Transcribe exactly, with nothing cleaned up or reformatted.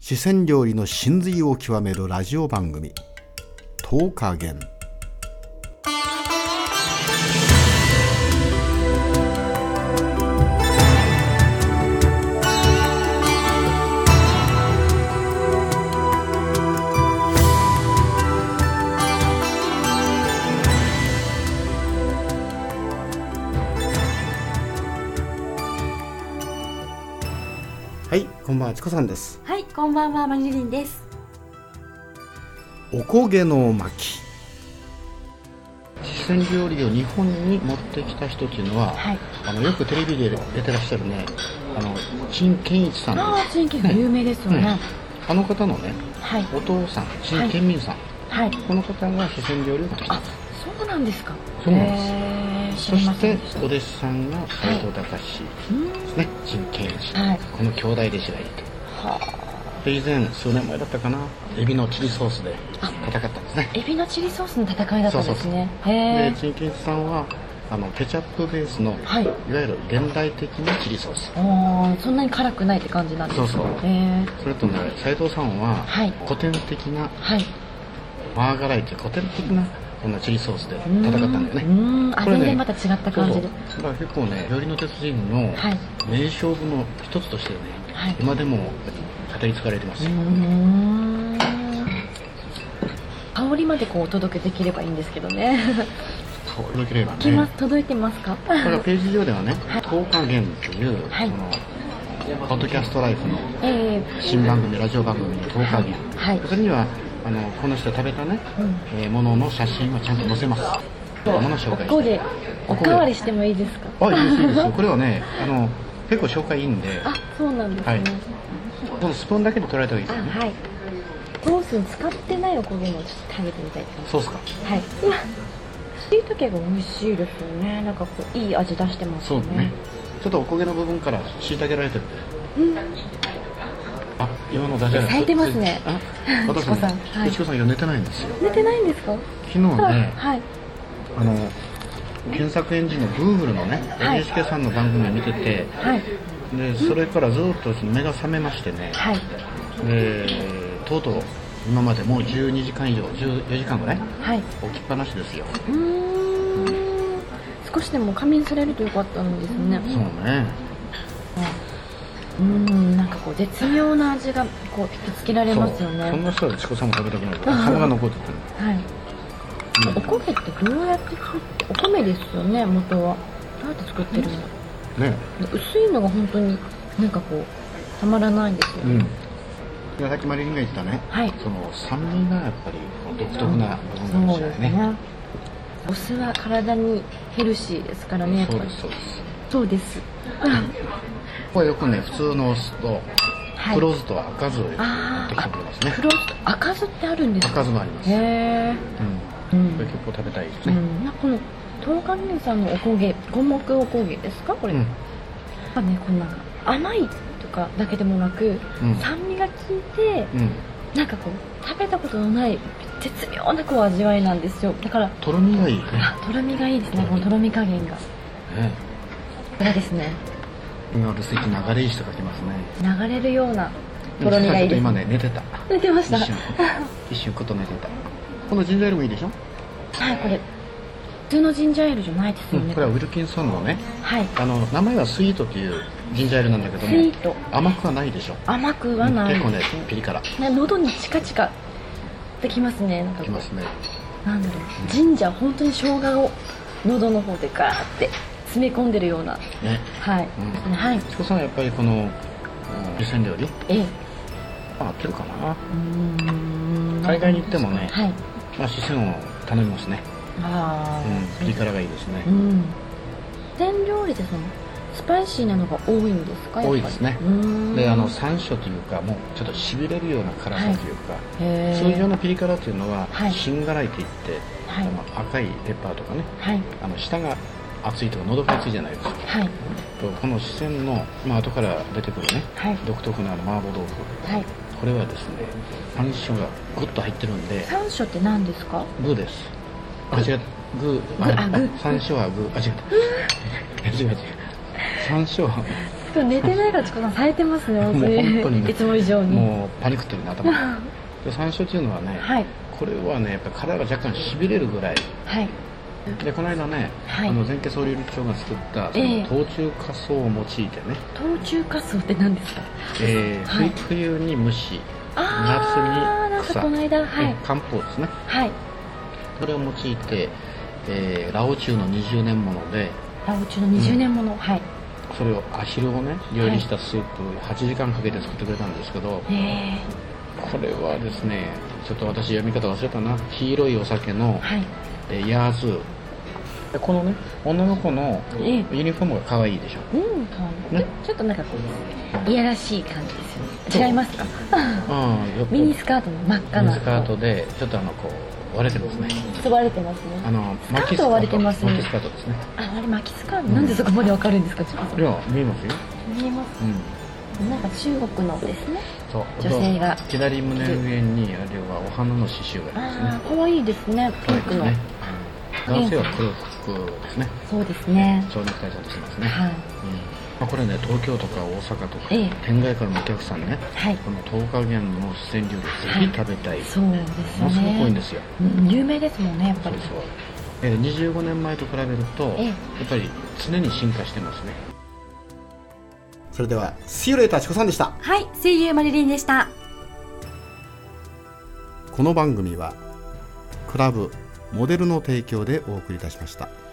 四川料理の真髄を極めるラジオ番組十日元。はい、こんばんは、ちこさんです。 はい、こんばんは、マリリンです。 おこげの巻。四川料理を日本に持ってきた人っていうのは、はい、あのよくテレビで出てらっしゃるね、あの陳建一さんです。 ああ、陳建一さん有名ですよね。ね、 あの方のね、はい、お父さん、陳建民さん、はい、この方が四川料理を持ってきたんです。 あ、そうなんですか。 そうなんです。そしてお弟子さんが斉藤隆ですね、陳建一、はい、この兄弟弟子がいると。はあ、で以前数年前だったかな、エビのチリソースで戦ったんですね。 エビのチリソースの戦いだったんですね。そうそうそう。 へで陳建一さんはあのケチャップベースの、はい、いわゆる現代的なチリソース。 ああ、そんなに辛くないって感じなんですか。 そうそう。へそれとね、斉藤さんは、はい、古典的な、はい、マーガライという古典的なこんなチリソースで戦ったんだよね。 うん、あ、これね、全然また違った感じで。 そうそう、だから結構ね、料理の鉄人の名勝負の一つとしてね、はい、今でも語り継がれてますよ。うーん、 香りまでこう届けできればいいんですけどね。 届ければね。 来ます、届いてますか。 だからページ上ではね、十日元という、はい、そのポッドキャストライフの新番組、えー、ラジオ番組の十日元、はい、それにはあのこの人食べたね、うん、えー、ものの写真をちゃんと載せます。もの紹介して。ここでおかわりしてもいいですか。 あ、いいですいいです。これはね、あの結構紹介いいんで。 あ、そうなんですね。はい、 このスプーンだけで取られた方がいいですよね。 あ、はい。ソースに使ってないおこげもちょっと食べてみたいです。 そうですか。 はい。しいたけが美味しいですよね。なんかこういい味出してますよね。そうね。 ちょっとおこげの部分からしいたけられてる。うん。あ、今のダジャレ咲いてますね。 あ、私も。ちこさん、はい、ちこさん今寝てないんですよ。 寝てないんですか。 昨日ね、はい、あの検索エンジンの Google のね、はい、エヌエイチケー さんの番組を見てて、はい、でそれからずっと目が覚めましてね、はい、でとうとう今までもうじゅうにじかん以上、じゅうよじかんぐらい、はい、起きっぱなしですよ。うーん、 うん、少しでも仮眠されるとよかったんですね。 そうね。 うん、なんかこう絶妙な味がこう引きつけられますよね。 そんな人はチコさんも食べたくないから皮が残ってて、はい、 うん、おこげってどうやって作って、お米ですよね、元は。どうやって作ってるんだろう、ね、薄いのが本当になんかこうたまらないんですよね。 うん、さっきマリリンが言ったね、はい、その酸味がやっぱり独特な部分かもしれないね。 お酢は体にヘルシーですからね。 そうですそうです。 そうです。 これよくね、普通のお酢と黒酢と赤酢を持ってきてくれますね。 黒酢と赤酢ってあるんですか。 赤酢もあります。へえ。うん。これ結構食べたいですね。 うん、この十日元さんのおこげ、五目おこげですかこれ。うん、やっぱね、こんな甘いとかだけでもなく、うん、酸味が効いて、うん、なんかこう食べたことのない絶妙なこう味わいなんですよ。だからとろみがいいね。 あ、とろみがいいですね。このとろみ加減が。ね。これですね。 今ルスイ流れ石と書きますね。 流れるようなとろみがいいです。 今ね、寝てた。 寝てました。 一瞬一瞬こと寝てた。このジンジャーエールもいいでしょ。 はい、これ普通のジンジャーエールじゃないですよね。うん、これはウィルキンソンのね、はい、あの名前はスイートというジンジャーエールなんだけども、スイート、甘くはないでしょ。 甘くはない、 結構ね、ピリ辛。 ね、喉にチカチカできますね。なんかきますね。 なんだろう、うん、ジンジャー本当に生姜を喉の方でガーって詰め込んでるような。ね、はい。うん、はい。 チコさんはやっぱりこの四川料理、ええ、合ってるかな。うん、海外に行ってもね、はい、まあ四川を頼みますね。ああ、うん、ピリ辛がいいですね。うん。 四川料理でそのスパイシーなのが多いんですか。 多いですね。で、あの山椒というかもうちょっとしびれるような辛さというか、はい、そういうようなピリ辛というのは、はい、辛辛いといって、はい、赤いペッパーとかね、はい、あの下が熱いとか喉が熱いじゃないですか。はい、この四川の、まあ後から出てくるね、はい、独特な麻婆豆腐、はい、これはですね、山椒がグッと入ってるんで。 山椒って何ですか。 具です。あ、違う、具、あ、山椒は具、あ、違う違う違う、山椒少今日寝てないからちこさん冴えてますね。 もう本当に、ね、 いつも以上にもうパニックってるね頭で山椒っていうのはね、はい、これはねやっぱ体が若干しびれるぐらい、はい、でこの間ね、はい、あの前家総理長が作ったその冬虫夏草を用いてね、 えー、冬虫夏草って何ですか？ えーはい、冬に虫、夏に草、 この間、はい、 漢方ですね、はい、それを用いて、えー、ラオチュウのにじゅうねんものでラオチュウのにじゅうねんもの、うん、はい、 それをアヒルをね料理したスープはちじかんかけて作ってくれたんですけど、えー、これはですねちょっと私読み方忘れたな、黄色いお酒の、はい、えー、ヤーズー、このね女の子のユニフォームが可愛いでしょ、えー、うん、可愛い、ね、ちょっとなんかこういやらしい感じですよね。違いますか？うん、ミニスカートの真っ赤なミニスカートでちょっとあのこう割れてますね。 割れてますね。あの巻きスカートは割れてますね。 巻きスカートですね。 あ、あれ巻きスカート、うん、なんでそこまでわかるんですか？いや見えますよ。 見えます。うん。なんか中国のですね。そう。女性が左胸上にあれはお花の刺繍がありますね。 可愛いですね。ピンクの。 男性は黒服ですね。 そうですね。 蝶ネクタイちゃんとしてますね。はい。うん、まあ、これね東京とか大阪とか、ええ、県外からのお客さんね、はい、この十日元の四川料理ぜひ食べたい、はい、 そうですね、ものすごく多いんですよ、 うん、有名ですもんねやっぱり。そうそう、 えー、にじゅうごねんまえと比べると、ええ、やっぱり常に進化してますね。 それでは See you later チコさんでした。 はい、See you マリリンでした。 この番組はクラブモデルの提供でお送りいたしました。